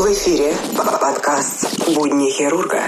В эфире подкаст «Будни хирурга».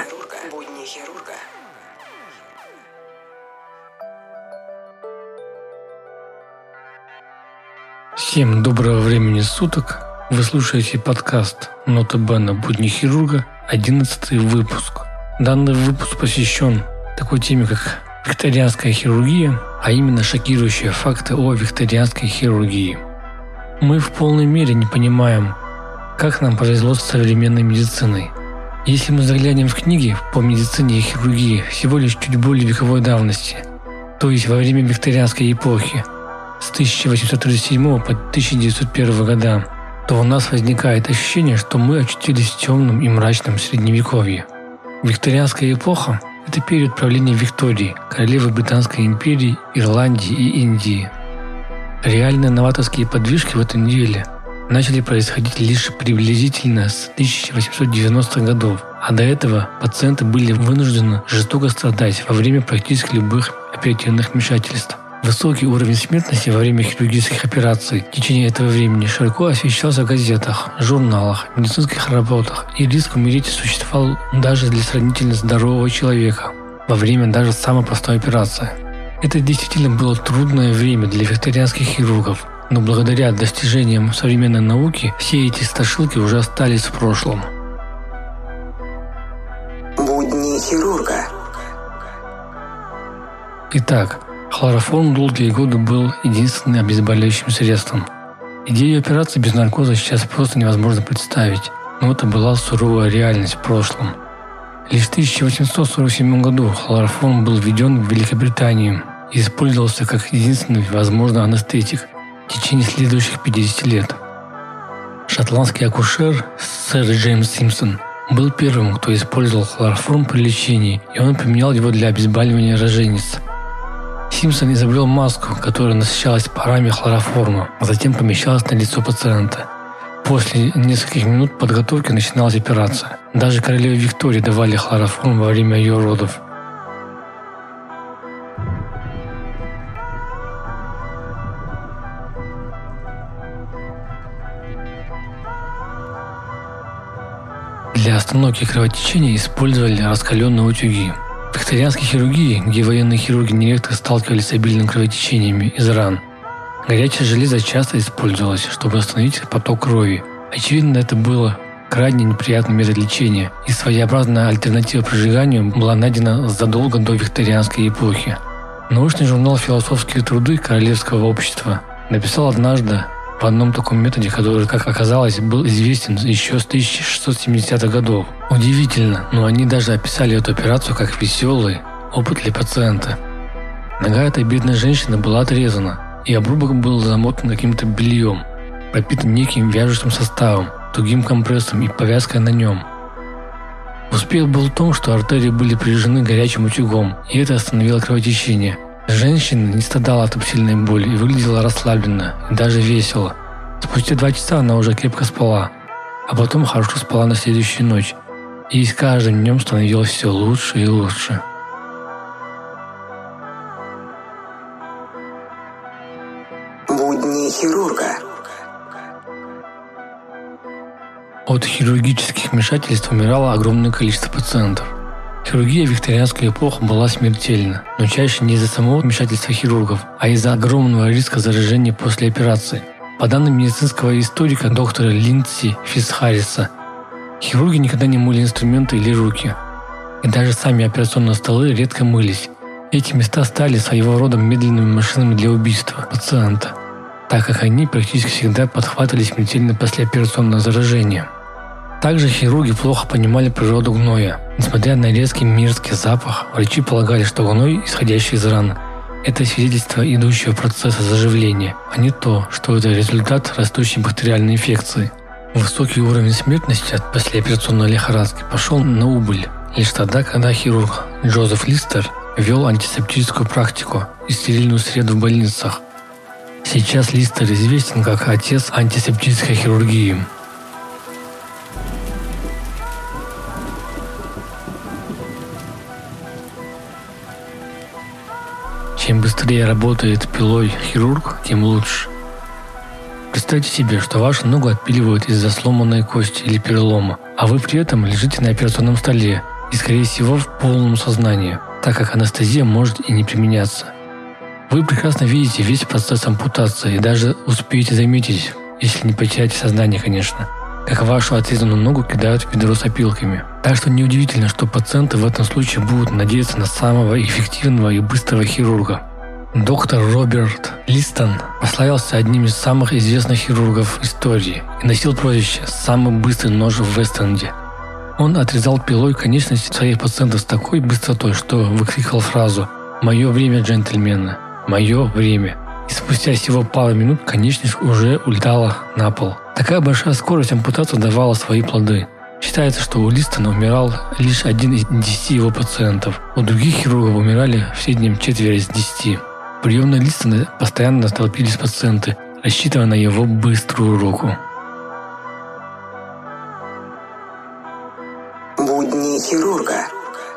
Всем доброго времени суток. Вы слушаете подкаст «Нота Бена. Будни хирурга», 11 выпуск. Данный выпуск посвящен такой теме, как викторианская хирургия, а именно шокирующие факты о викторианской хирургии. Мы в полной мере не понимаем, как нам повезло с современной медициной. Если мы заглянем в книги по медицине и хирургии всего лишь чуть более вековой давности, то есть во время викторианской эпохи, с 1837 по 1901 года, то у нас возникает ощущение, что мы очутились в темном и мрачном средневековье. Викторианская эпоха – это период правления Виктории, королевы Британской империи, Ирландии и Индии. Реальные новаторские подвижки в этом деле начали происходить лишь приблизительно с 1890-х годов, а до этого пациенты были вынуждены жестоко страдать во время практически любых оперативных вмешательств. Высокий уровень смертности во время хирургических операций в течение этого времени широко освещался в газетах, журналах, медицинских работах, и риск умереть существовал даже для сравнительно здорового человека во время даже самой простой операции. Это действительно было трудное время для викторианских хирургов, но благодаря достижениям современной науки все эти страшилки уже остались в прошлом. Будни хирурга. Итак, хлороформ долгие годы был единственным обезболивающим средством. Идею операции без наркоза сейчас просто невозможно представить, но это была суровая реальность в прошлом. Лишь в 1847 году хлороформ был введен в Великобританию и использовался как единственный возможный анестетик в течение следующих 50 лет. Шотландский акушер сэр Джеймс Симпсон был первым, кто использовал хлороформ при лечении, и он применял его для обезболивания рожениц. Симпсон изобрел маску, которая насыщалась парами хлороформа, а затем помещалась на лицо пациента. После нескольких минут подготовки начиналась операция. Даже королеве Виктории давали хлороформ во время ее родов. Для остановки кровотечения использовали раскаленные утюги. В викторианской хирургии, где военные хирурги нередко сталкивались с обильными кровотечениями из ран, горячее железо часто использовалось, чтобы остановить поток крови. Очевидно, это было крайне неприятный метод лечения, и своеобразная альтернатива прижиганию была найдена задолго до викторианской эпохи. Научный журнал «Философские труды Королевского общества» написал однажды в одном таком методе, который, как оказалось, был известен еще с 1670-х годов. Удивительно, но они даже описали эту операцию как веселый опыт для пациента. Нога этой бедной женщины была отрезана, и обрубок был замотан каким-то бельем, пропитан неким вяжущим составом, тугим компрессом и повязкой на нем. Успех был в том, что артерии были прижаны горячим утюгом, и это остановило кровотечение. Женщина не страдала от сильной боли и выглядела расслабленно и даже весело. Спустя 2 часа она уже крепко спала, а потом хорошо спала на следующую ночь, и с каждым днем становилось все лучше и лучше. Будни хирурга. От хирургических вмешательств умирало огромное количество пациентов. Хирургия в викторианскую эпоху была смертельна, но чаще не из-за самого вмешательства хирургов, а из-за огромного риска заражения после операции. По данным медицинского историка доктора Линдси Фицхарриса, хирурги никогда не мыли инструменты или руки, и даже сами операционные столы редко мылись. Эти места стали своего рода медленными машинами для убийства пациента, так как они практически всегда подхватывали смертельное послеоперационное заражение. Также хирурги плохо понимали природу гноя. Несмотря на резкий мерзкий запах, врачи полагали, что гной, исходящий из ран, это свидетельство идущего процесса заживления, а не то, что это результат растущей бактериальной инфекции. Высокий уровень смертности от послеоперационной лихорадки пошел на убыль лишь тогда, когда хирург Джозеф Листер ввел антисептическую практику и стерильную среду в больницах. Сейчас Листер известен как отец антисептической хирургии. Чем быстрее работает пилой хирург, тем лучше. Представьте себе, что вашу ногу отпиливают из-за сломанной кости или перелома, а вы при этом лежите на операционном столе и, скорее всего, в полном сознании, так как анестезия может и не применяться. Вы прекрасно видите весь процесс ампутации и даже успеете заметить, если не потеряете сознание, конечно, как вашу отрезанную ногу кидают в ведро с опилками. Так что неудивительно, что пациенты в этом случае будут надеяться на самого эффективного и быстрого хирурга. Доктор Роберт Листон прославился одним из самых известных хирургов истории и носил прозвище «Самый быстрый нож в Вест-Энде». Он отрезал пилой конечности своих пациентов с такой быстротой, что выкрикивал фразу «Мое время, джентльмены! Мое время!» И спустя всего пару минут конечность уже улетала на пол. Такая большая скорость ампутации давала свои плоды. Считается, что у Листона умирал лишь 1 из 10 его пациентов. У других хирургов умирали в среднем 4 из 10. В приемной Листона постоянно толпились пациенты, рассчитывая на его быструю руку. Будни хирурга.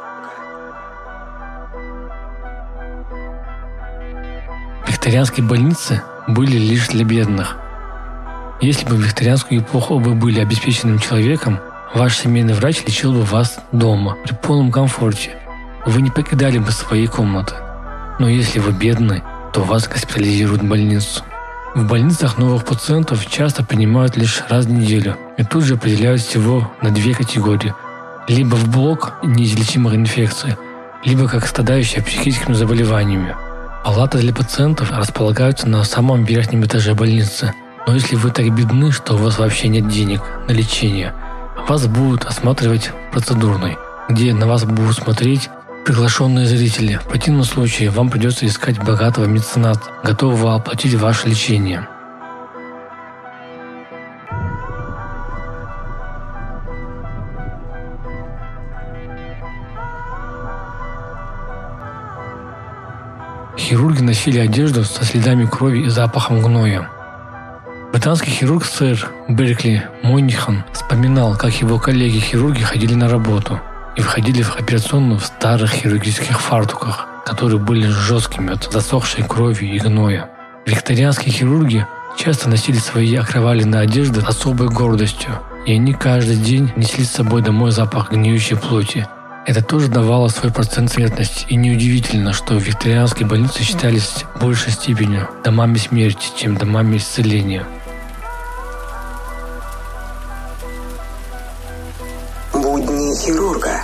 Викторианские больницы были лишь для бедных. Если бы в викторианскую эпоху вы были обеспеченным человеком, ваш семейный врач лечил бы вас дома, при полном комфорте. Вы не покидали бы свои комнаты. Но если вы бедны, то вас госпитализируют в больницу. В больницах новых пациентов часто принимают лишь раз в неделю и тут же определяют всего на 2 категории. Либо в блок неизлечимых инфекций, либо как страдающие психическими заболеваниями. Палаты для пациентов располагаются на самом верхнем этаже больницы. Но если вы так бедны, что у вас вообще нет денег на лечение, вас будут осматривать в процедурной, где на вас будут смотреть приглашенные зрители. В противном случае вам придется искать богатого мецената, готового оплатить ваше лечение. Хирурги носили одежду со следами крови и запахом гноя. Британский хирург сэр Беркли Моннихан вспоминал, как его коллеги-хирурги ходили на работу и входили в операционную в старых хирургических фартуках, которые были жесткими от засохшей крови и гноя. Викторианские хирурги часто носили свои окровавленные одежды с особой гордостью, и они каждый день несли с собой домой запах гниющей плоти. Это тоже давало свой процент смертности, и неудивительно, что викторианские больницы считались в большей степени домами смерти, чем домами исцеления. Будни хирурга.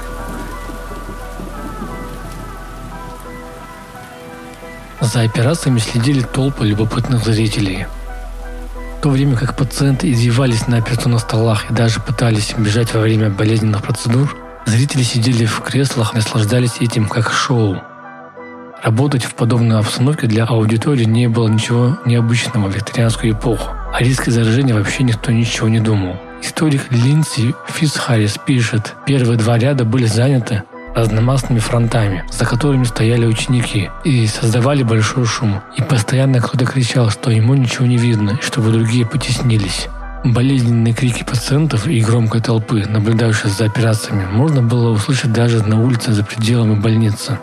За операциями следили толпы любопытных зрителей. В то время как пациенты извивались на операционных столах и даже пытались бежать во время болезненных процедур, зрители сидели в креслах и наслаждались этим как шоу. Работать в подобной обстановке для аудитории не было ничего необычного в викторианскую эпоху. О риске заражения вообще никто ничего не думал. Историк Линдси Фицхаррис пишет, первые 2 ряда были заняты разномастными фронтами, за которыми стояли ученики и создавали большой шум. И постоянно кто-то кричал, что ему ничего не видно, и чтобы другие потеснились. Болезненные крики пациентов и громкой толпы, наблюдающей за операциями, можно было услышать даже на улице за пределами больницы.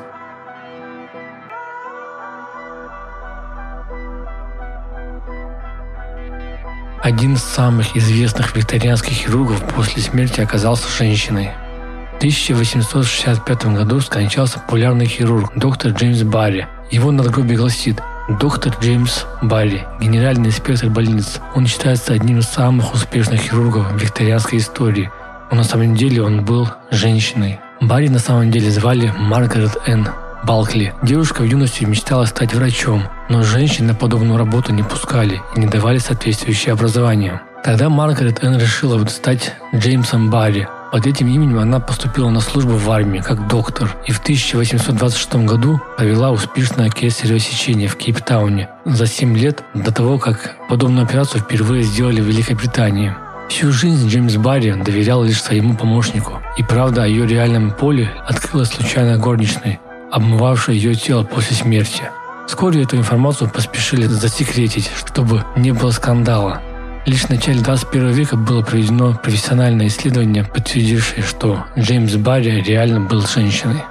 Один из самых известных викторианских хирургов после смерти оказался женщиной. В 1865 году скончался популярный хирург доктор Джеймс Барри. Его надгробие гласит: доктор Джеймс Барри, генеральный инспектор больниц. Он считается одним из самых успешных хирургов в викторианской истории. Но на самом деле он был женщиной. Барри на самом деле звали Маргарет Энн Балкли. Девушка в юности мечтала стать врачом, но женщин на подобную работу не пускали и не давали соответствующее образование. Тогда Маргарет Энн решила стать Джеймсом Барри. Под этим именем она поступила на службу в армии как доктор и в 1826 году провела успешное кесарево сечение в Кейптауне за 7 лет до того, как подобную операцию впервые сделали в Великобритании. Всю жизнь Джеймс Барри доверял лишь своему помощнику, и правда о ее реальном поле открылась случайно горничной, обмывавшей ее тело после смерти. Вскоре эту информацию поспешили засекретить, чтобы не было скандала. Лишь в начале 21 века было проведено профессиональное исследование, подтвердившее, что Джеймс Барри реально был женщиной.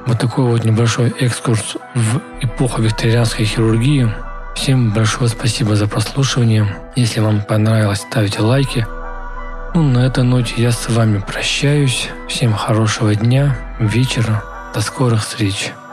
Вот такой вот небольшой экскурс в эпоху викторианской хирургии. Всем большое спасибо за прослушивание. Если вам понравилось, ставьте лайки. На этой ноте я с вами прощаюсь. Всем хорошего дня, вечера. До скорых встреч.